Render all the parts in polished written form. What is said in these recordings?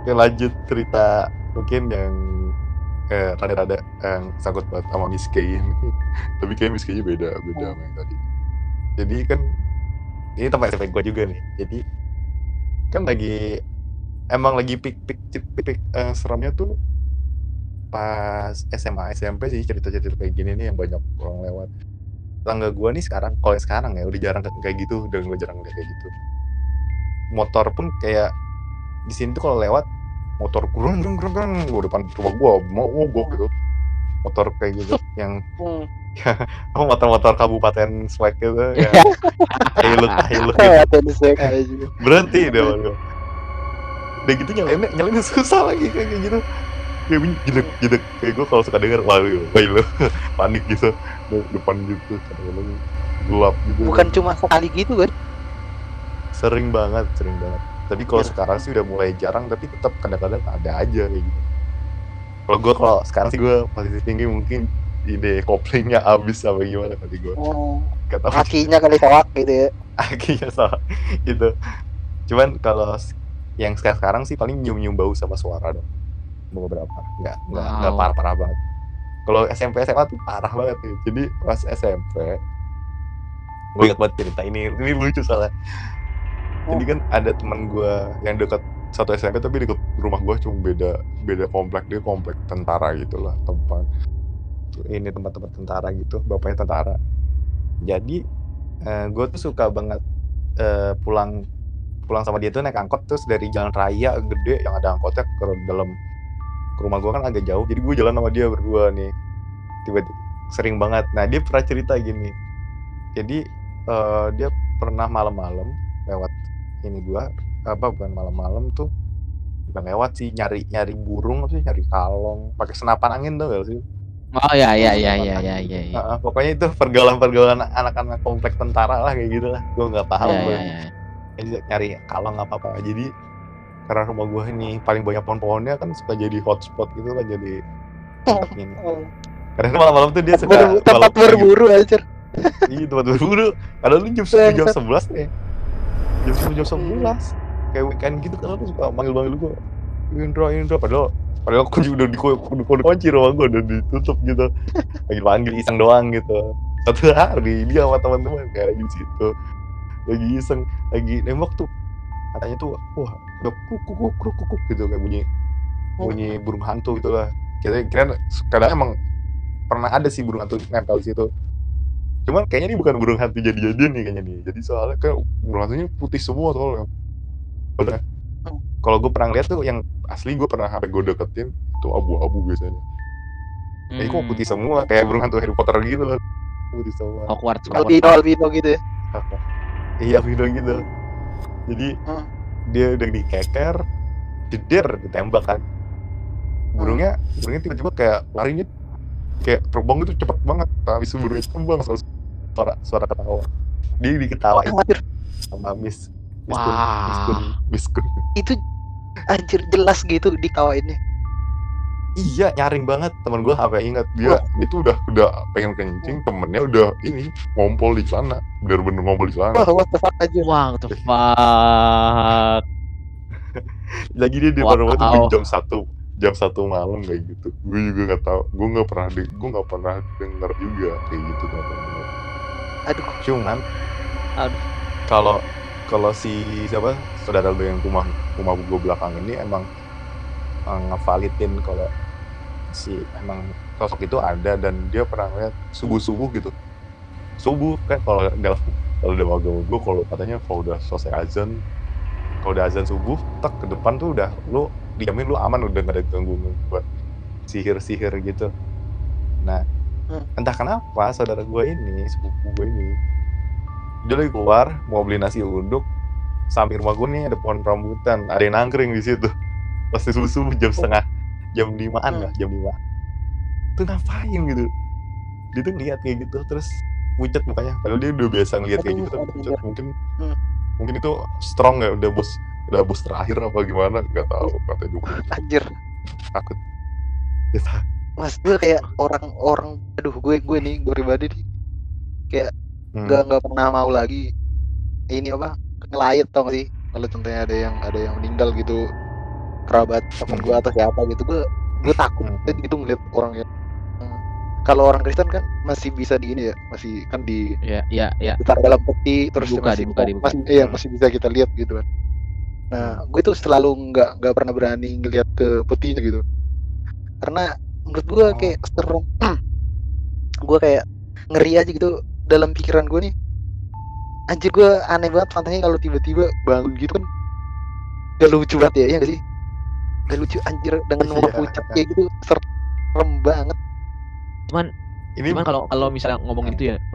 Oke, lanjut cerita mungkin yang rada-rada yang sangkut banget sama Miss K ini. Tapi kayak Miss K-nya beda sama yang tadi. Jadi kan ini tempat SMP gue juga nih. Jadi kan emang lagi pik seremnya tuh pas SMA SMP sih, cerita-cerita kayak gini nih yang banyak orang lewat. Tetangga gue nih sekarang, kalau yang sekarang ya udah jarang kayak gitu, udah gue jarang lihat kayak gitu. Motor pun kayak di sini tuh kalau lewat motor kurang gue depan rumah gue mau mogok gitu, motor kayak gitu yang motor-motor kabupaten swag gitu yang hiluk gitu berhenti deh waduh. Udah gitu nyalainnya susah lagi kayak gitu, kayak bunyi jedek kayak gue kalau suka denger waduh panik gitu depan gitu, kadang-kadang gelap gitu. Bukan cuma sekali gitu kan? Sering banget. Tapi kalau sekarang sih udah mulai jarang, tapi tetap kadang-kadang ada aja kayak gitu. Kalau sekarang sih gue posisi tinggi mungkin ide koplingnya abis apa gimana kali gue. Akinya kali soak gitu ya. Akinya salah gitu. Cuman kalau yang sekarang sih paling nyium bau sama suara dong. Beberapa. Nggak parah banget. Kalau SMP SMA tuh parah banget nih. Jadi pas SMP gue ingat banget cerita ini lucu soalnya. Jadi kan ada teman gue yang dekat satu SMP tapi dekat rumah gue, cuma beda komplek, dia komplek tentara gitulah, tempat tentara gitu, bapaknya tentara. Jadi gue tuh suka banget pulang sama dia tuh naik angkot, terus dari jalan raya gede yang ada angkotnya ke rumah gue kan agak jauh, jadi gue jalan sama dia berdua nih, tiba-tiba sering banget. Nah dia pernah cerita gini, jadi dia pernah malam-malam lewat ini gua, bukan malam-malam tuh, bukan lewat sih, nyari burung sih, nyari kalong pakai senapan angin tuh gak sih? Oh ya. Pokoknya itu pergaulan anak-anak komplek tentara lah kayak gitu lah, gue nggak paham nyari kalong apa. Jadi karena rumah gue ini paling banyak pohon-pohonnya kan, suka jadi hotspot gitu kan, jadi tempat ini. Karena malam-malam tuh dia suka tempat berburu aja. Iya, tempat berburu. Padahal lu jam 11 nih. Jam 11 kayak weekend gitu kan, lu suka manggil gue Indra, padahal aku juga udah kunci rumah gue, udah ditutup gitu, panggil iseng doang gitu. Satu hari dia sama teman-teman kayak di situ lagi iseng, lagi nembak tuh, katanya tuh wah udah kuk gitu, kayak bunyi burung hantu gitu lah. Kira kadang emang pernah ada sih burung hantu nempel di situ. Cuman kayaknya ini bukan burung hantu jadi-jadian nih kayaknya nih. Jadi soalnya kan burung hantunya putih semua soalnya. Kalau gue pernah lihat tuh yang asli, gue pernah sampai gue deketin, itu abu-abu biasanya. Ini kok putih semua, kayak burung hantu Harry Potter gitu loh. Putih semua. Hogwarts. Albino gitu ya. Iya, albino gitu. Jadi dia udah dikeker, jeder, ditembak kan. Burungnya tiba-tiba kayak larinya kayak terbang gitu cepet banget. Habis burungnya terbang, suara ketawa. Dia diketawain sama Miss Kun. Itu anjir jelas gitu ditawainnya. Iya, nyaring banget. Temen gue sampai ingat, dia itu udah pengen kencing, temennya udah ini ngompol di celana, bener-bener ngompol di celana. What the fuck aja. What the fuck. Lagi dia di rumah tuh jam 1 malam kayak gitu. Gue juga nggak tahu, gue nggak pernah denger juga kayak gitu. Aduh. Cuman kalau si siapa saudara lu yang rumah gue belakang ini emang ngevalidin kalau si emang sosok itu ada, dan dia pernah lihat subuh gitu. Subuh kan kalau dalam agama gue, kalau katanya kalau udah selesai azan, kalau udah azan subuh, tak ke depan tuh udah lu dijamin lu aman, udah gak ada gangguan buat sihir gitu. Nah, entah kenapa saudara gue ini, sepupu gue ini, dia lagi keluar mau beli nasi uduk, samping rumah gue nih ada pohon rambutan, ada yang nangkring di situ. Pasti subuh jam 5-an lah, jam 5. Tuh ngapain gitu? Dia tuh ngeliat kayak gitu, terus pucat mukanya. Padahal dia udah biasa ngeliat kayak gitu, tapi pucat. Mungkin itu strong ya, udah bos terakhir apa gimana, nggak tahu, katanya juga. Anjir. Takut. Mas gue kayak orang, aduh gue pribadi nih kayak nggak pernah mau lagi ini apa ngelayat, tau gak sih, kalau contohnya ada yang meninggal gitu, kerabat temen gue atau siapa gitu, gue takut gitu ngeliat orang yang kalau orang Kristen kan masih bisa di ini ya, masih kan Iya. ditaruh dalam peti terus Dibuka. masih bisa kita lihat gitu kan. Nah, gue tuh selalu nggak pernah berani ngeliat ke petinya gitu, karena menurut gue kayak serem. Gue kayak ngeri aja gitu dalam pikiran gue nih. Anjir, gue aneh banget fantasinya kalau tiba-tiba bangun gitu kan, gak lucu banget ya nggak sih? Gak lucu anjir dengan muka pucat kayak gitu, serem banget. Cuman kalau misalnya ngomongin itu ya,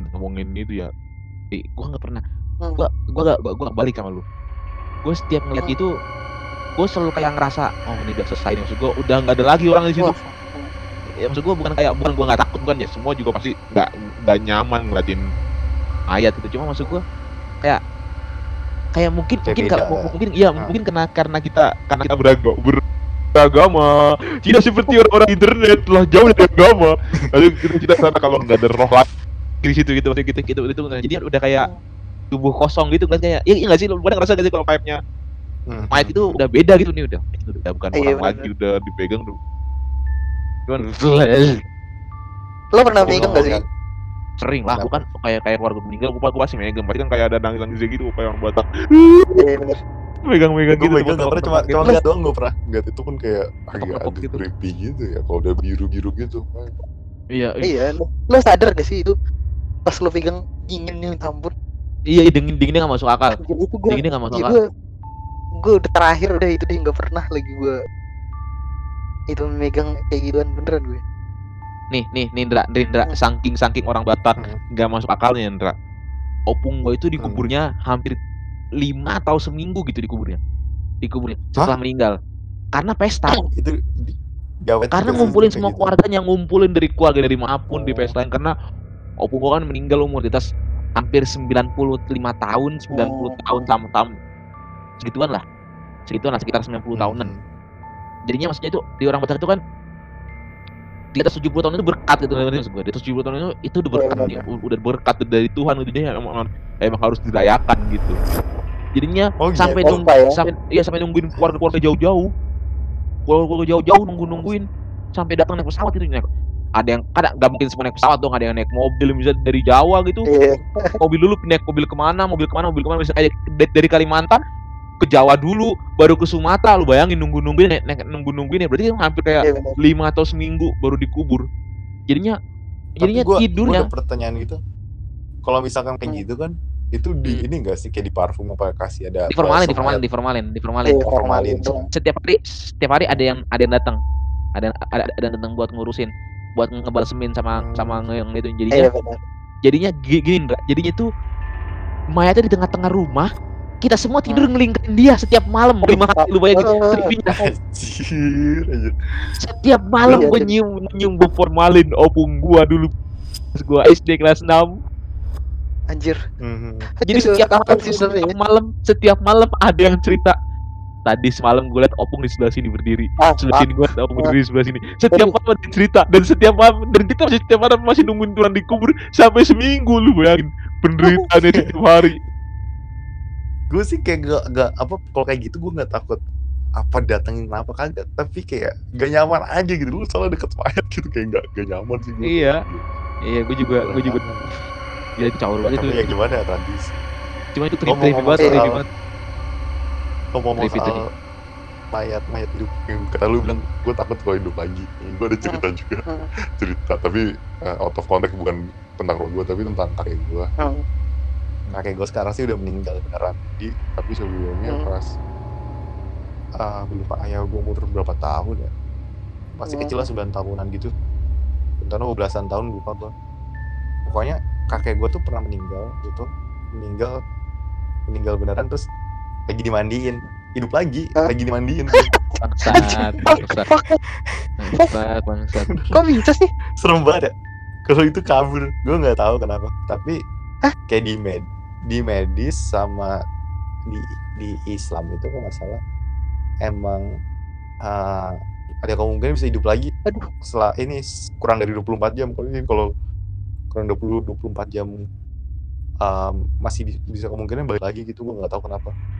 gue nggak pernah, gue gak balik sama lu. Gue setiap ngeliat itu, gue selalu kayak ngerasa, oh ini udah selesai nih, maksud gue udah nggak ada lagi orang di situ. Ya, maksud gue bukan gue nggak takut, bukan ya, semua juga pasti nggak nyaman ngeliatin ayat gitu. Cuma maksud gue kayak mungkin karena kita beragama tidak seperti orang internet lah, jauh dari agama. Lalu kita sana kalau nggak ada roh lagi di situ gitu, itu jadi udah kayak tubuh kosong gitu kan, kayak iya nggak sih, lu pada ngerasa gak sih kalau vibe-nya mayat itu udah beda gitu nih, udah bukan orang lagi, udah dipegang tuh. Cuman lo pernah megang gak sih? Sering lah, bukan kayak keluarga meninggal, gue pasti megang, pasti kan kayak ada nangis gitu, kayak orang Batak. Iya bener. Megang gitu. Gue megang gak pernah, cuma lihat doang gue pernah. Lihat itu pun kayak agak gitu. creepy gitu ya, kalau udah biru-biru gitu. Iya, lo sadar gak sih itu pas lo pegang dinginnya ampun. Iya, dinginnya gak masuk akal. Dinginnya gak masuk akal. Gue udah terakhir udah itu deh, gak pernah lagi gue itu megang kayak gituan beneran gue. Nih Indra, saking orang Batak gak masuk akalnya Indra. Opung gue itu dikuburnya hampir 5 atau seminggu gitu dikuburnya setelah meninggal karena pesta. Itu karena ngumpulin semua keluarganya, ngumpulin dari keluarga dari manapun di pesta, karena opung gue kan meninggal umur di atas hampir 95 tahun, 90 tahun sama segituan lah, sekitar 90 tahunan. Jadinya maksudnya itu di orang Batak itu kan di atas 70 tahun itu berkat gitu, di atas 70 tahun itu udah berkat, udah berkat dari Tuhan gitu, dia emang harus dirayakan gitu. Jadinya sampai nungguin keluarga jauh-jauh nungguin sampai datang naik pesawat itu. Ada yang nggak mungkin semua naik pesawat dong, ada yang naik mobil misalnya dari Jawa gitu, mobil dulu naik mobil kemana misalnya dari Kalimantan ke Jawa dulu, baru ke Sumatera. Lu bayangin nungguin ya, berarti hampir kayak 5 atau seminggu baru dikubur. Jadinya tidurnya. Gua ada pertanyaan gitu, kalau misalkan kayak gitu kan, itu di ini enggak sih, kayak di parfum apa kasih ada diformalin. Setiap hari ada yang datang buat ngurusin, buat ngebalsemin sama yang itu. Jadinya gini, jadinya tuh mayatnya di tengah-tengah rumah, kita semua tidur ngelingkarin dia setiap malam. 5 kali, lu bayangin tripnya. Setiap malam gue nyium gue formalin opung gua dulu pas gua SD kelas 6. Anjir. Jadi setiap malam ada yang cerita, tadi semalam gue liat opung di sebelah sini berdiri, sebelah sini gue liat opung berdiri sebelah sini. Setiap malam dia cerita, dan kita setiap malam masih nungguin Tuhan dikubur sampai seminggu. Lu bayangin penderitaannya setiap hari. Gue sih kayak gak apa, kalau kayak gitu gue nggak takut apa datengin apa kagak, tapi kayak gak nyaman aja gitu. Lu soalnya deket mayat gitu, kayak gak nyaman sih gue. Iya, gue juga ya itu caur banget itu. Ya gimana ya Randis? Cuma itu creepy banget. Ngomong soal mayat hidup, yang kata lu bilang gue takut kalau hidup lagi. Gue ada cerita juga, tapi out of context, bukan tentang roh gue, tapi tentang kakek gue. Kakek gue sekarang sih udah meninggal beneran. Tapi sebelumnya pas gue lupa ayah gue umur berapa tahun ya, masih kecil lah, 9 tahunan gitu, bentar belasan tahun, lupa gue. Pokoknya kakek gue tuh pernah meninggal beneran, terus lagi dimandiin, hidup lagi, lagi dimandiin. Bangsat. Kok bisa sih? Serem banget ya kalau itu kabur. Gue nggak tahu kenapa, tapi kayak di medis sama di Islam itu kok nggak salah, emang ada kemungkinan bisa hidup lagi setelah ini kurang dari 24 jam. Kalau kurang 24 jam masih bisa kemungkinan balik lagi gitu. Gue nggak tahu kenapa.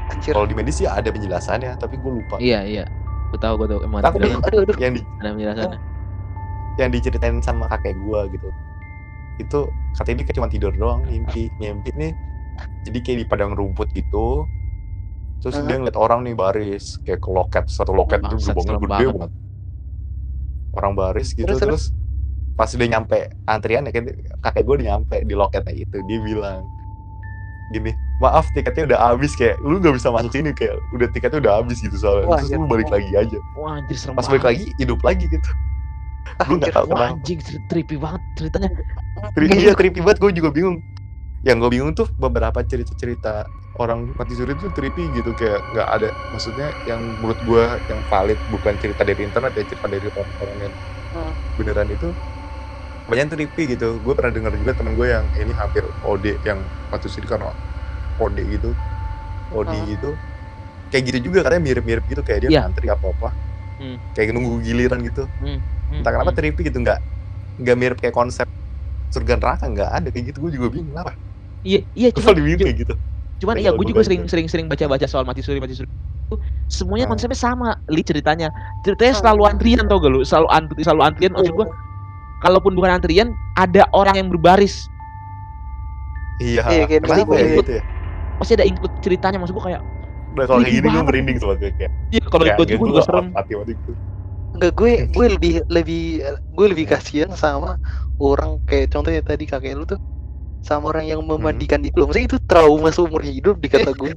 Anjir. Kalau di medis ya ada penjelasannya, tapi gue lupa. Iya. Gue tahu emang Tapi Aduh. yang ada penjelasannya. yang diceritain sama kakek gue gitu, itu katanya dia kayak cuma tidur doang, mimpi nih. Jadi kayak di padang rumput gitu. Terus dia ngeliat orang nih baris kayak ke loket, satu loket tuh Bangsat, gerbangnya serem gede banget. banget. Orang baris gitu, Terus? terus pas udah nyampe antrian ya kan, kakek gue udah nyampe di loketnya itu, dia bilang gini, maaf tiketnya udah habis, kayak lu nggak bisa masuk sini, kayak udah tiketnya udah habis gitu soalnya. Wah, Terus anjir. lu balik lagi aja. Wah anjir serem Pas balik banget. lagi hidup lagi gitu. Gue nggak tahu Wah kenapa. anjing trippy banget ceritanya. Iya trippy banget, gue juga bingung. Yang gue bingung tuh beberapa cerita-cerita orang mati suri tuh trippy gitu, kayak nggak ada, maksudnya yang menurut gue yang valid, bukan cerita dari internet ya, cerita dari orang-orang yang beneran itu banyak trippy gitu. Gue pernah dengar juga temen gue yang ini hampir OD, yang mati suri karena OD gitu. OD itu kayak gitu juga, karena mirip-mirip gitu, kayak dia ngantri apa-apa, kayak nunggu giliran gitu. Entah kenapa trippy gitu, nggak mirip kayak konsep surga neraka, nggak ada kayak gitu. Gue juga bingung apa. Iya cuma kayak gitu. Cuman iya, gue juga sering baca soal mati suri itu semuanya konsepnya sama, ceritanya selalu antrian, tau gak lu, selalu antrian. Maksud gue, kalaupun bukan antrian, ada orang yang berbaris. Iya, kenapa ya gitu ya? Pasti ada include ceritanya, maksud gue kayak udah kalau kayak gini gue merinding soalnya kayak. Iya, kalau ikut gue juga serem. Mati gitu. Enggak, gue lebih kasihan sama orang kayak contohnya tadi kakek lu tuh, sama orang yang memandikan itu loh. Maksudnya itu trauma seumur hidup dikata gue.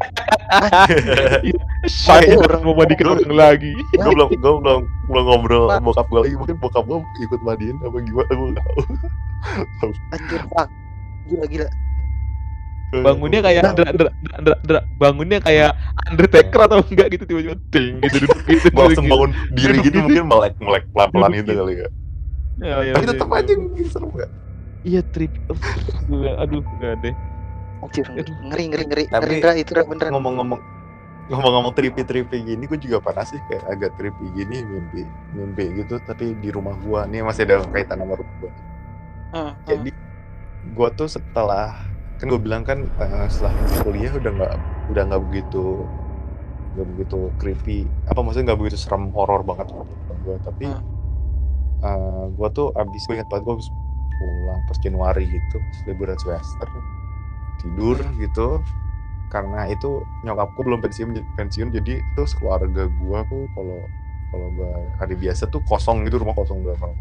Saya orang memandikan orang lagi. Gue belum ngobrol sama bokap gue lagi. Mungkin bokap gue ikut mandiin apa gimana, gue gak tahu. Anjir pak, gila. Bangunnya kayak bangunnya kayak Undertaker atau enggak gitu, tiba-tiba ting gitu duduk gitu. Langsung bangun diri gitu, mungkin melek pelan-pelan gitu kali ya. Tapi tetap aja serem gak? Iya trip. Aduh enggak deh. Anjir, ngeri. Tapi itu beneran. Ngomong trippy gini, gue juga pernah sih kayak agak trippy gini, mimpi gitu, tapi di rumah gue nih masih ada kaitan sama rumah gue. Jadi gue tuh setelah, kan gue bilang kan setelah kuliah udah nggak begitu creepy, apa maksudnya nggak begitu serem horor banget gue. Tapi gue tuh gue ingat banget, gue habis pulang pas Januari gitu, liburan semester, tidur gitu, karena itu nyokapku belum pensiun, jadi itu keluarga gue tuh kalau gue hari biasa tuh kosong gitu, rumah kosong.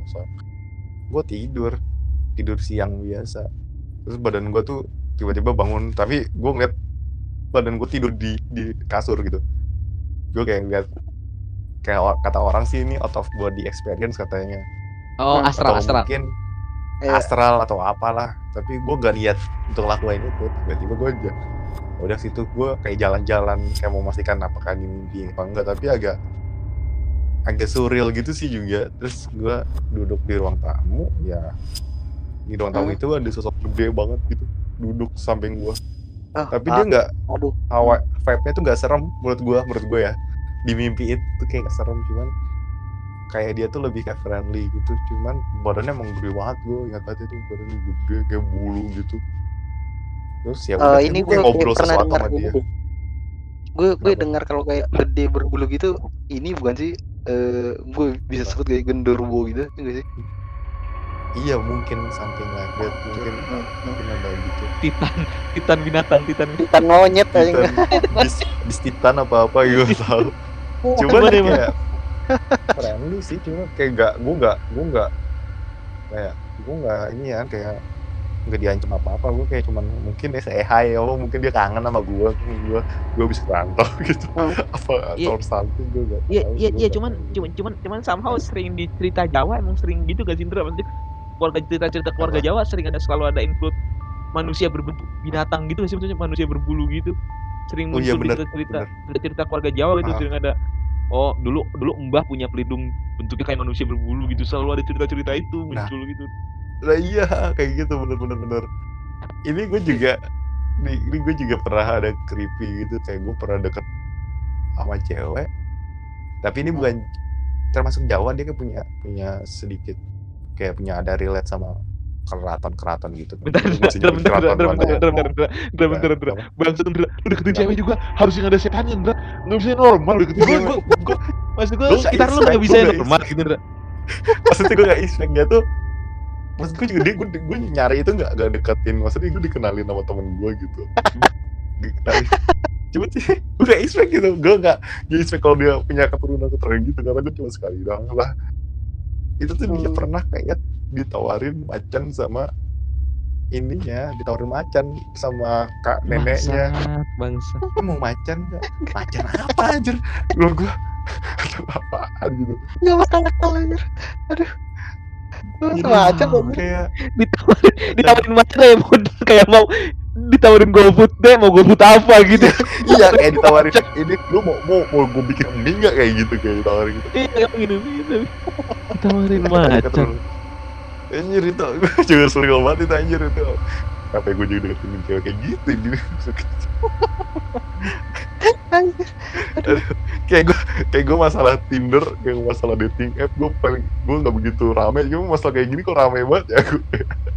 Gue tidur siang biasa, terus badan gue tuh tiba-tiba bangun, tapi gue ngeliat badan gue tidur di kasur gitu. Gue kayak ngeliat, kayak kata orang sih ini out of body experience katanya. Astral mungkin astral atau apalah, tapi gue gak niat untuk lakuin itu. Tiba-tiba gue aja udah situ, gue kayak jalan-jalan kayak mau memastikan apakah ini mimpi apa enggak, tapi agak surreal gitu sih juga. Terus gue duduk di ruang tamu, ya di ruang tamu itu ada sosok gede banget gitu duduk samping gue. Tapi dia nggak, vibe-nya tuh nggak serem menurut gue ya. Di mimpi itu kayak serem, cuman kayak dia tuh lebih kayak friendly gitu. Cuman badannya emang gede banget, gue ingat aja tuh badannya gede kayak bulu gitu. Terus ya udah, ini gue ngobrol sesuatu sama dia. Gue dengar kalau kayak gede berbulu gitu, ini bukan sih gue bisa sebut kayak genderuwo gitu, enggak sih? Iya, mungkin something like that, mungkin ada gitu. Titan binatang, titan monyet aja. Bis titan apa gitu tahu. Cuma kayak friendly sih, cuma kayak gue nggak ini ya, kayak nggak diancam apa-apa. Gue kayak cuman mungkin dia say hi, mungkin dia kangen sama gue bisa rantau gitu. Apa atau something, gue nggak tahu. Iya, cuman somehow sering di cerita Jawa emang sering gitu gak sih, Indra? Maksudnya cerita keluarga Jawa selalu ada include manusia berbentuk binatang gitu sih, maksudnya manusia berbulu gitu. Sering muncul cerita keluarga Jawa gitu, sering ada dulu Mbah punya pelindung bentuknya kayak manusia berbulu gitu, selalu ada cerita itu muncul gitu. Lah iya, kayak gitu, bener. Ini gue juga pernah ada creepy gitu, kayak gue pernah deket sama cewek, tapi ini bukan termasuk Jawa, dia kayak punya sedikit kayak punya ada relate sama keraton gitu. Bentar, Lu mesti nyebut keraton mana ya? bentar. Bangsa tuh lu deketin cewek juga harus yang ada setannya, Ndra. Nggak bisa normal deketin cewek. Maksud gue Gua nggak sekitar lu expect, nggak bisa gua nggak normal gitu, Ndra. Maksudnya gue gak expect dia tuh, maksud gue juga gue nyari itu gak deketin, maksudnya gue dikenalin sama temen gue gitu. Dikenalin. Cuma sih gue gak expect gitu, gue gak expect kalau dia punya keturunan gitu, karena gue cuma sekali doang lah. Itu tuh dia pernah kayak ditawarin macan sama ininya, ditawarin macan sama kak neneknya. Bangsa. Mau macan gak? Macan apa anjir? Gue apaan gitu. Nggak masalah anjir. Aduh. Macam kayak ditawarin macan kayak mau ditawarin GoFood deh, mau GoFood apa gitu. Iya kayak ditawarin ini lu mau gue bikin mie nggak kayak gitu, kayak ditawarin gitu. Iya gitu. Ditawarin macan. Anjir itu gue juga sering banget itu anjir itu. Sampai gue juga deketin cewek kayak gitu ini. kayak gue masalah Tinder, kayak masalah dating app gue nggak begitu rame, cuma masalah kayak gini kok rame banget ya gue.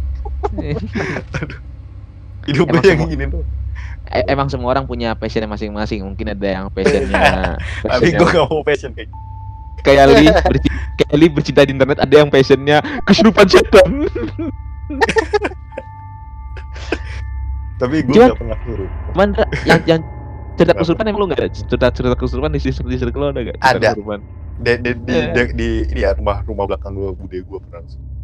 Hidup gue yang gini tuh. Emang semua orang punya passionnya masing-masing. Mungkin ada yang passionnya. Tapi gue gak mau passion kayak Li bercinta di internet, ada yang passionnya kesurupan setan. Tapi gue gak pernah suruh. Cuman yang cerita kesurupan emang lu nggak ada? Cerita kesurupan di circle lo ada nggak? Ada. Di ya rumah belakang gue, bude gue pernah.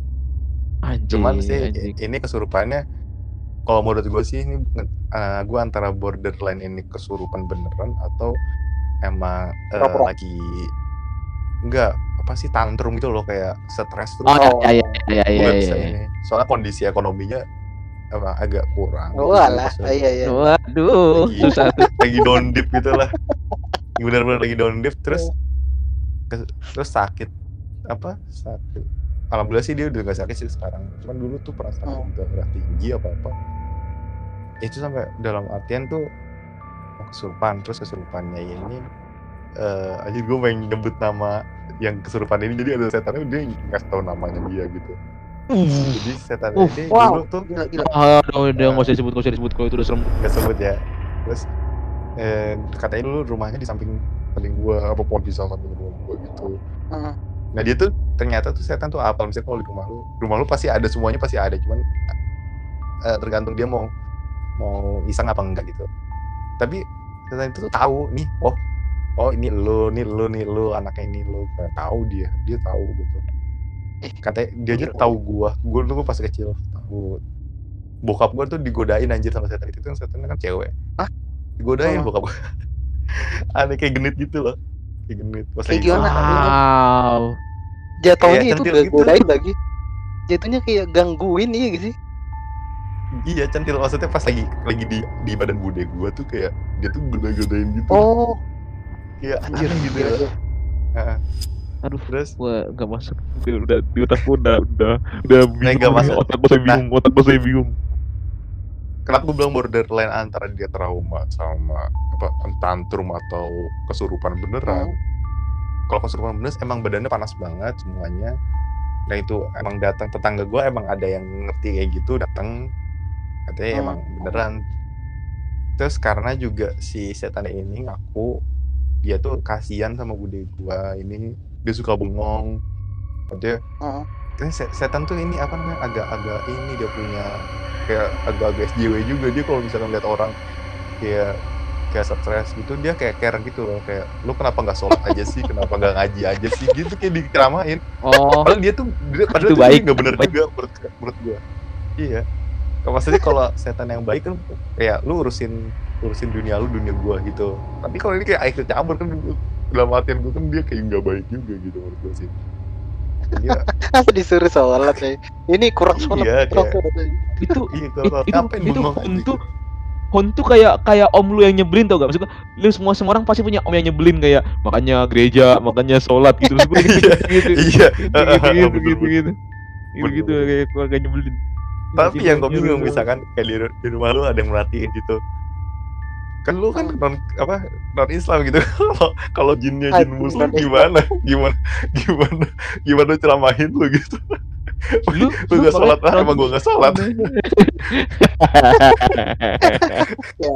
Cuman sih ini kesurupannya, kalau menurut gue sih ini gue antara borderline ini kesurupan beneran atau emang lagi enggak apa sih tantrum gitu loh, kayak stres terus. Iya. Soalnya kondisi ekonominya agak kurang. Iya. Waduh, susah tuh. Lagi down deep gitu lah. Bener-bener lagi down deep terus sakit. Alhamdulillah sih dia udah gak sakit sih sekarang. Cuman dulu tuh pernah sakit darah tinggi apa-apa. Itu sampai dalam artian tuh kesurupan. Terus kesurupannya ini aja gue pengen nyebut nama yang kesurupan ini, jadi ada setannya dia ngasih tahu namanya dia gitu. Jadi setannya ini dulu tuh udah nggak usah disebut kalau itu udah serem. Nggak sebut ya. Terus katanya dulu rumahnya di samping gue, apa pohon pisang samping rumah gue gitu. Nah dia tuh ternyata tuh setan tuh apa, misalnya kalau di rumah lu pasti ada, semuanya pasti ada, cuman tergantung dia mau iseng apa enggak gitu. Tapi setan itu tuh tahu nih, oh ini lu anaknya ini lu, tahu dia tahu gitu. Katanya dia aja tahu gue dulu pas kecil tahu bokap gue tuh digodain anjir sama setan itu kan, setannya kan cewek. Digodain bokap gue. Aneh kayak genit gitu loh, kayak genit pas kayak lagi gimana? Wow. Jatuhnya itu gitu. godain lagi. Jatuhnya kayak gangguin iya gitu sih. Iya centil, maksudnya pas lagi di badan bude gue tuh kayak dia tuh godain gitu. Kayak anjir gitu ya. Aduh, terus gua nggak masuk, udah di otakku udah bingung, otak gua saya bingung. Kenapa gue bilang borderline antara dia trauma sama tantrum atau kesurupan beneran? Kalau kesurupan beneran emang badannya panas banget semuanya. Nah itu emang datang tetangga gue, emang ada yang ngerti kayak gitu, datang katanya emang beneran. Terus karena juga si setan ini ngaku dia tuh kasihan sama bude gue ini, dia suka bengong. Dia setan tuh ini apa namanya, agak ini, dia punya kayak agak SJW juga. Dia kalau misalkan lihat orang kayak stres gitu, dia kayak care gitu loh, kayak lu kenapa nggak sholat aja sih, kenapa nggak ngaji aja sih gitu, kayak diceramain. Padahal dia tuh baik, nggak bener juga menurut gue. Iya, maksudnya kalau setan yang baik kan kayak lu urusin dunia lu, dunia gua gitu. Tapi kalau ini kayak ikut campur kan, dalam artian gua kan dia kayak nggak baik juga gitu menurut gua sih. Dia disuruh sholat ya. Ini kurang sholat. Iya, itu hontu kayak om lu yang nyebelin, tau gak? Maksudnya lu semua orang pasti punya om yang nyebelin, kayak makanya gereja, makanya sholat gitu. Iya. Gitu kayak keluarga nyebelin. Tapi yang gue bingung, misalkan kayak di rumah lu ada yang merhatiin gitu. Kan lu kan non Islam gitu. Kalau jinnya jin muslim gimana ceramahin lu gitu. Lu Lu gak sholat lah, emang gue gak sholat. Ya,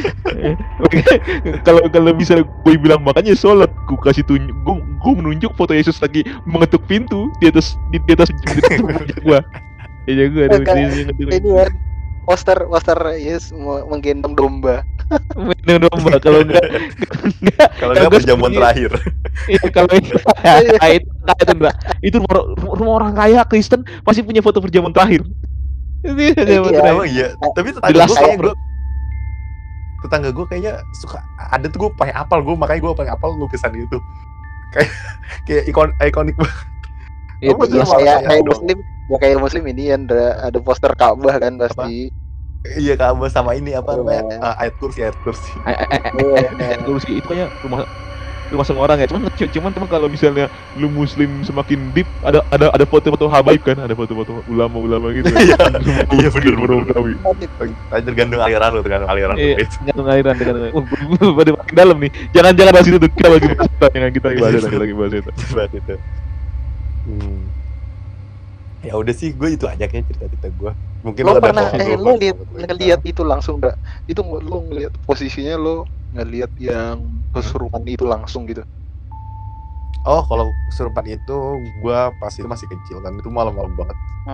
Kalau bisa gue bilang makanya sholat, gue kasih tunjuk, gue menunjuk foto Yesus lagi mengetuk pintu di atas meja gue. Ya gue ada ini kan poster Yesus menggendong domba. Mending domba kalau enggak Kalau nggak perjamuan terakhir. Iya kalau itu enggak. Itu rumah orang kaya Kristen pasti punya foto perjamuan terakhir. Iya. Emang iya. Tapi Jelas tetangga gue kayaknya suka ada tuh, gue paling apal, makanya gue paling apal lukisan itu. Kayak ikonik banget. Itu jelas kayak muslim. Ya kayak muslim ini ada poster Ka'bah kan pasti. Iya, Ka'bah sama ini apa namanya? Ayat kursi. Ayat kursi itu kayak rumah semua orang ya. Cuman kalau misalnya lu muslim semakin deep ada foto-foto habaib kan, ada foto-foto ulama-ulama gitu. Iya bener. Tergantung aliran lu. Iya, tergantung aliran. Pada makin dalam nih. Jangan bahas itu tuh. Kita lagi bahas itu. Ya udah sih, gue itu aja kayaknya cerita gue. Mungkin lo pernah lo ngeliat itu langsung nggak? Itu lo ngeliat posisinya, lo ngeliat yang kesurupan itu langsung gitu? Oh, kalau kesurupan itu gue pas itu masih kecil kan, itu malam-malam banget.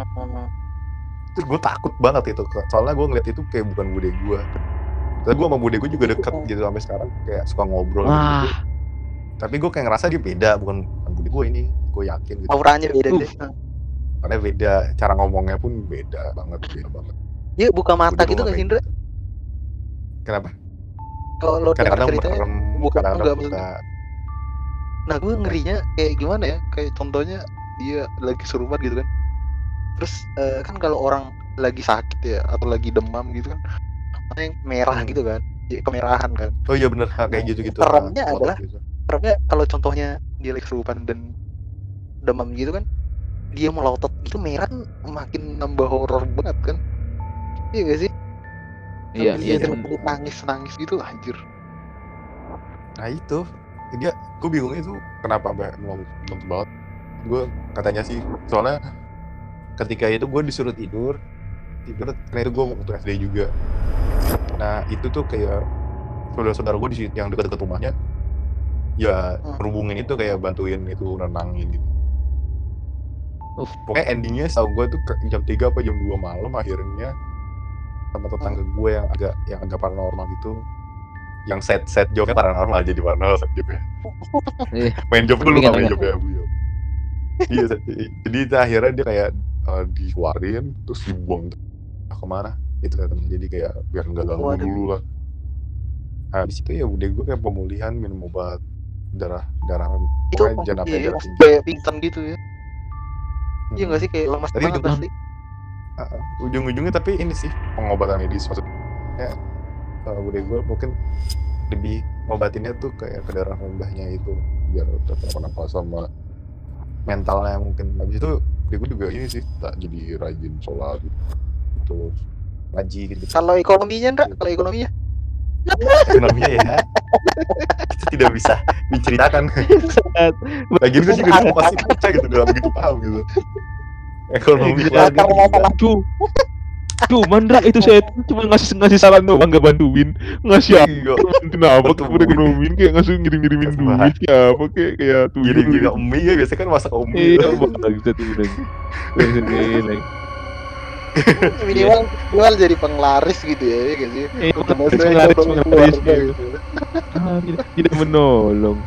Terus gue takut banget itu, soalnya gue ngeliat itu kayak bukan bude gue. Terus gue sama bude gue juga deket gitu sampai sekarang, kayak suka ngobrol gitu. Tapi gue kayak ngerasa dia beda, bukan bude gue ini, gue yakin gitu. Auranya beda deh. Karena beda, cara ngomongnya pun beda banget. Iya, buka mata gitu nggak sih, Indra? Kenapa? Kalau lo kadang-kadang ceritanya buka. Buka. Nah, gue ngerinya kayak gimana ya? Kayak contohnya dia lagi kesurupan gitu kan. Terus kan kalau orang lagi sakit ya atau lagi demam gitu kan, matanya merah gitu kan, ya, kemerahan kan. Oh iya bener, kayak gitu-gitu. Seremnya adalah, kalau contohnya dia lagi kesurupan dan demam gitu kan, dia melotot itu merah, makin nambah horor banget kan. Iya gak sih? Iya. Nangis gitu, anjir. Nah itu gue bingungnya tuh kenapa belum banget. Gue katanya sih, soalnya ketika itu gue disuruh tidur karena itu gue waktu SD juga. Nah itu tuh kayak saudara-saudara gue di situ yang dekat-dekat rumahnya, ya berhubungin itu kayak bantuin itu nenangin gitu. Pokoknya endingnya tau gue tuh jam 3 apa jam 2 malam akhirnya sama tetangga gue yang agak paranormal gitu, yang set joke-nya paranormal jadi paranormal set joke-nya. Main joke dulu nggak main joke-nya Bu. Iya, jadi akhirnya dia kayak dikeluarin terus dibuang kemana itu katanya, jadi kayak biar nggak ganggu dulu lah. Habis itu ya udah gue kayak pemulihan, minum obat darah itu kayak pingsan gitu ya. Iya nggak sih, kayak lemas banget pasti. Ujung-ujungnya tapi ini sih pengobatan medis, maksudnya udah gue mungkin lebih ngobatinnya tuh kayak ke darah rendahnya itu biar tetap apa sama mentalnya mungkin. Habis itu gue juga ini sih tak jadi rajin sholat gitu, ngaji gitu. Kalau ekonominya enggak? Ekonominya ya kita tidak bisa diceritakan. Lagi gue juga dulu pasti baca gitu, gak begitu paham gitu ekonomi keluarga. Mandra itu saya cuma ngasih saran doang, nggak bantuin, ngasih apa tuh udah ekonomi, kayak ngasih ngirimin duit kayak apa kayak tuh juga mie ya, biasanya kan masak mie. Iya bisa tuh udah minimal jadi penglaris gitu ya gitu sih. Penglaris gitu. Tidak menolong.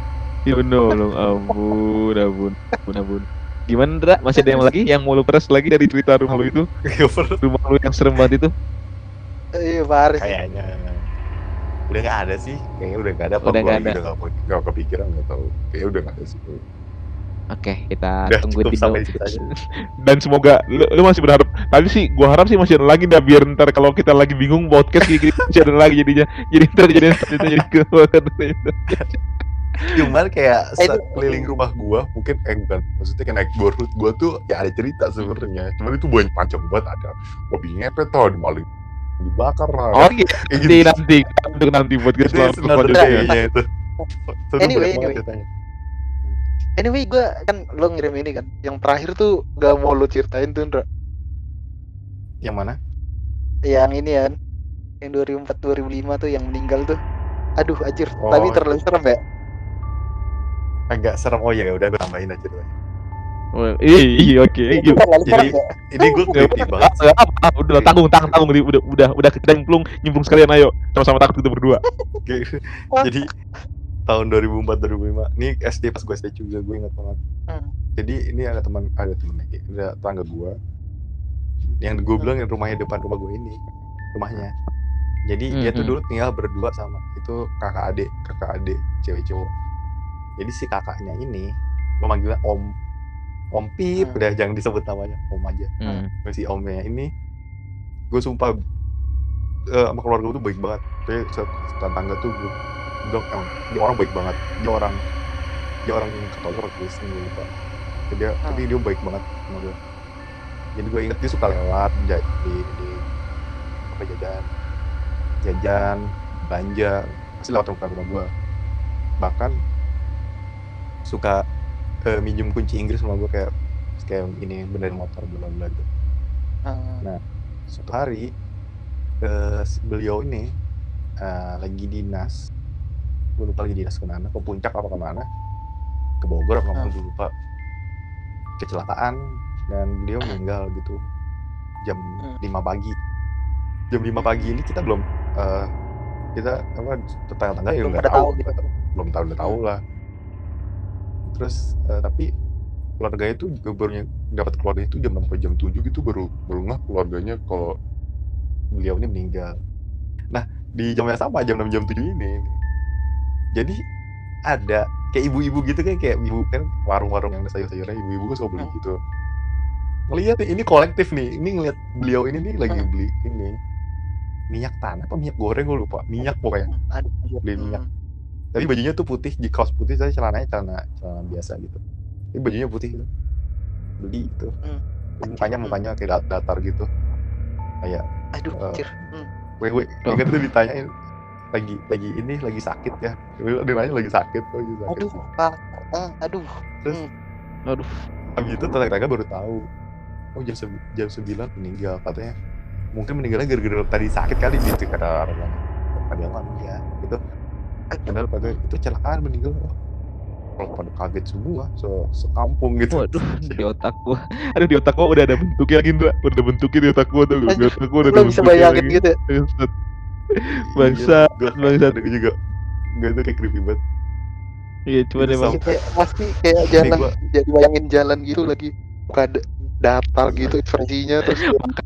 Ampun. Gimana, Ndra? Masih ada yang lagi yang mau lu peres lagi dari cerita rumah lu itu? Rumah lu yang serem banget itu? Iya, Faris. Kayaknya udah nggak ada sih. Kayaknya udah nggak ada. Udah nggak ada. Nggak kepikiran, nggak tahu. Kayaknya udah nggak ada sih. Oke, kita tunggu dulu. Dan semoga lu masih berharap. Tadi sih gua harap sih masih ada lagi, dah biar ntar kalau kita lagi bingung podcast gitu masih ada lagi jadinya. Jadi ntar jadi cuman kayak keliling rumah gua mungkin bukan, maksudnya kayak naik borhut gua tuh ya ada cerita sebenarnya, cuman itu banyak panjang banget, ada mobil ngepet tau, maling dibakar lah. Oh iya, nanti buat kita selanjutnya itu. Anyway. Anyway, gue kan lo ngirim ini kan. Yang terakhir tuh gak mau lo ceritain tuh, Ndra. Yang mana? Yang ini kan. Yang 2004-2005 tuh yang meninggal tuh. Aduh, anjir. Oh, Tapi terlalu serem ya. Agak serem. Oh ya udah gue tambahin aja tuh. Oh, iya oke. Terlalu serem Jadi ya. ini gue creepy banget. Udah tanggung udah kita nyemplung sekalian ayo sama-sama takut kita berdua. Oke. Jadi tahun 2004-2005 ini SD pas gue SD juga, gue ingat banget. Jadi ini ada teman ada tetangga gue yang gue bilang yang rumahnya depan rumah gue ini rumahnya. Jadi dia tuh dulu tinggal berdua sama itu kakak adik cewek cowok. Jadi si kakaknya ini gue manggilnya Om Pip, udah jangan disebut namanya, Om aja. Si omnya ini gue sumpah sama keluarga gue tuh baik banget. Jadi tetangga tuh gue bilang dia orang baik banget. Dia orang Katolik atau Kristen gue lupa. Tapi dia baik banget sama gue. Jadi gue inget dia suka lewat di apa jajan belanja pasti lewat rumah gue. Bahkan suka minjem kunci Inggris sama gue kayak ini benerin motor bla gitu. Nah suatu hari beliau ini lagi dinas, gue lupa lagi dinas kemana, ke puncak apa kemana, ke Bogor apa kemana, gue lupa, kecelakaan dan beliau meninggal gitu jam 5 pagi. Jam 5 pagi ini kita belum kita apa tetangga ya nggak tahu gitu. Belum tahu lah. Terus tapi keluarganya itu juga baru dapat keluarganya itu jam 6 atau jam 7 gitu baru ngeh keluarganya kalau beliau ini meninggal. Nah di jam yang sama jam 6 jam 7 ini jadi ada kayak ibu-ibu gitu kayak ibu kan warung-warung yang ada sayur-sayurnya, ibu-ibu kan suka beli gitu. Ngelihat ini kolektif nih, ini ngelihat beliau ini nih lagi beli ini minyak tanah apa minyak goreng gue lupa, minyak pokoknya beli minyak. Tapi bajunya tuh putih, di kaos putih, saya celana biasa gitu. Tapi bajunya putih gitu. Beli itu. Mukanya kayak datar gitu. Kayak ingat tuh ditanyain lagi sakit ya. Dia nanya lagi sakit. Terus habis itu tetangga baru tahu. Oh jam 9 meninggal katanya. Mungkin meninggalnya gara-gara tadi sakit kali gitu kata orang. Padahal ya gitu. Padahal pada itu kecelakaan meninggal. Kalau pada kaget semua sekampung gitu. Waduh, di otak gua udah ada bentuknya lagi, Ndra. Udah bentuknya di otak gua tuh. Di otak gua udah ada bisa bayangin lagi. Gitu. Bangsa Gue juga. Gue tuh kayak creepy banget. Iya, cuma emang pasti kayak jalan jadi bayangin jalan gitu lagi. Bukan datar gitu ekspresinya terus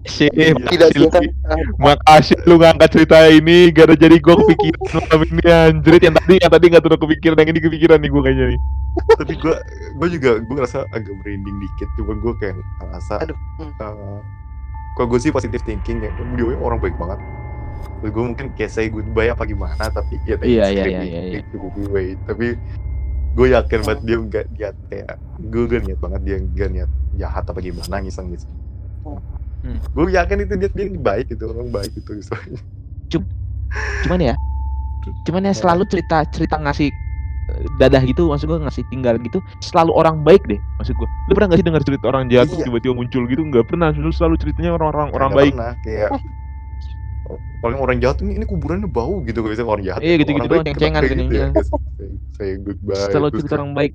makasih lu ngangkat cerita ini gara jadi gue kepikiran malam ini anjrit yang tadi nggak tuh kepikiran yang ini kepikiran nih gue kayaknya nih. Tapi gue juga ngerasa agak merinding dikit, cuma gue kayak ngerasa kalau gue sih positive thinking ya, beliau orang baik banget. Gue mungkin kayak say goodbye apa gimana, tapi ya iya. Tapi gue yakin banget dia nggak niat kayak gue gak niat banget dia nggak niat jahat apa gimana ngiseng. Gue yakin itu dia baik gitu, orang baik gitu. Cuman ya selalu cerita ngasih dadah gitu, maksud gue ngasih tinggal gitu selalu orang baik deh, maksud gue. Lu pernah nggak sih dengar cerita orang jahat tiba-tiba muncul gitu? Nggak pernah, selalu ceritanya orang baik. Pernah kayak paling orang jahat ini kuburannya bau gitu, biasanya orang jahat. Iya gitu doang, ceng-cengan gitu ya. Say goodbye. Selalu cerita orang baik.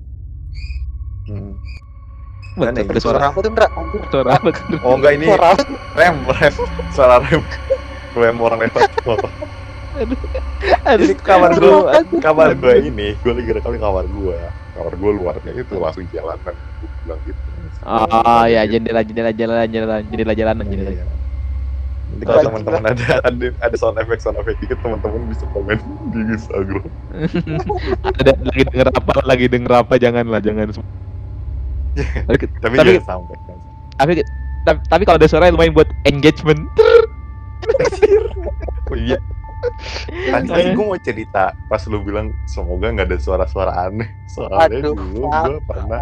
Ada suara apa tuh, Ndra? Suara apa? Oh enggak, ini rem. Suara rem orang lewat motor. Ini kamar gue ini, gue lagi rekam di kamar gue luarnya itu langsung jalanan, gue bilang gitu. Oh ya, jendela jalanan. Nanti kalau teman-teman ada sound effect dikit, teman-teman bisa komen di Instagram. Ada lagi denger apa jangan. Tapi jangan sampai. Tapi kalau ada suara lumayan buat engagement. Oh iya. Tadi gue mau cerita pas lu bilang semoga nggak ada suara-suara aneh. Soalnya dulu gue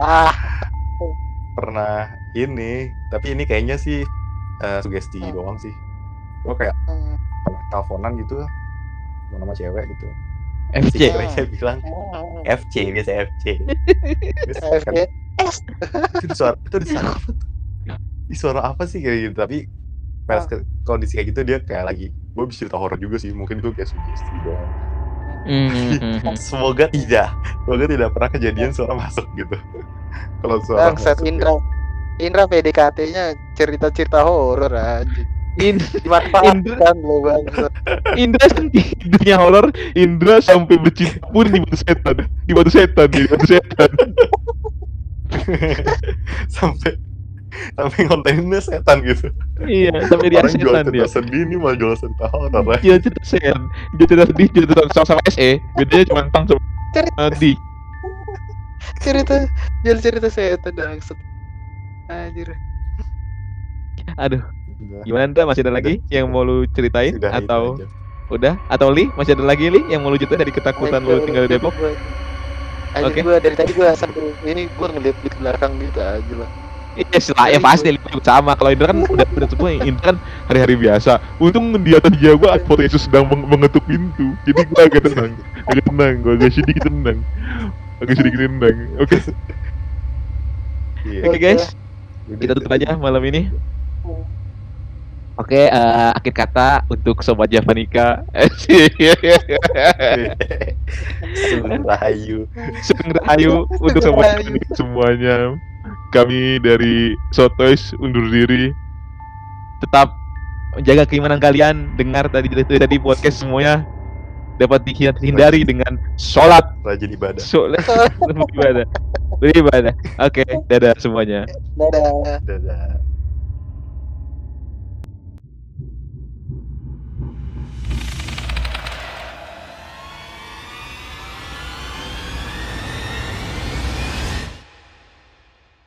pernah ini, tapi ini kayaknya sih sugesti doang sih. Gue kayak pernah teleponan gitu sama cewek gitu. FC. Ceweknya bilang FC biasa FC. Terus kan, itu suara apa tuh? Ini suara apa sih kayak gitu? Tapi pas kondisi kayak gitu dia kayak lagi, gue bisa cerita horor juga sih, mungkin gue kayak sugesti doang. Semoga tidak pernah kejadian suara masuk gitu. Kalau suara Bangsat Indra PDKT-nya cerita-cerita horor anjing. Dimanfaatkan lo bangsat. Indra tidurnya horor, Indra sampai bercinta pun di batu setan. sampai kontennya setan gitu. Iya, sampai dia setan dia. Sedih nih malah jual cerita horor. Dia cerita setan, dia cerita sedih, dia cerita sama SE. Bedanya cuma tentang di cerita setan bangsat. Anjir. Aduh. Gimana Ndra, masih ada lagi yang mau lu ceritain? Sudah, atau udah? Atau Li, masih ada lagi Li yang mau lu ceritain dari ketakutan lu tinggal di Depok? Oke. Gua dari tadi gua sambil ini gua ngeliat di belakang gitu aja lah. Iya lah, ya pasti sama. Kalau Indra kan udah semua, Indra kan hari-hari biasa. Untung di atas dia gua foto Yesus sedang mengetuk pintu. Jadi gua agak tenang, gua agak sedikit tenang. Oke. Oke guys, kita tutup aja malam ini. Oke, akhir kata untuk Sobat Javanika. Sugeng Rahayu untuk Sobat Javanika semuanya. Kami dari Sotoys undur diri. Tetap jaga keimanan kalian. Dengar tadi podcast semuanya dapat dihindari dengan sholat. Rajin ibadah. Beribadah. Oke, dadah semuanya. Dadah. Dadah.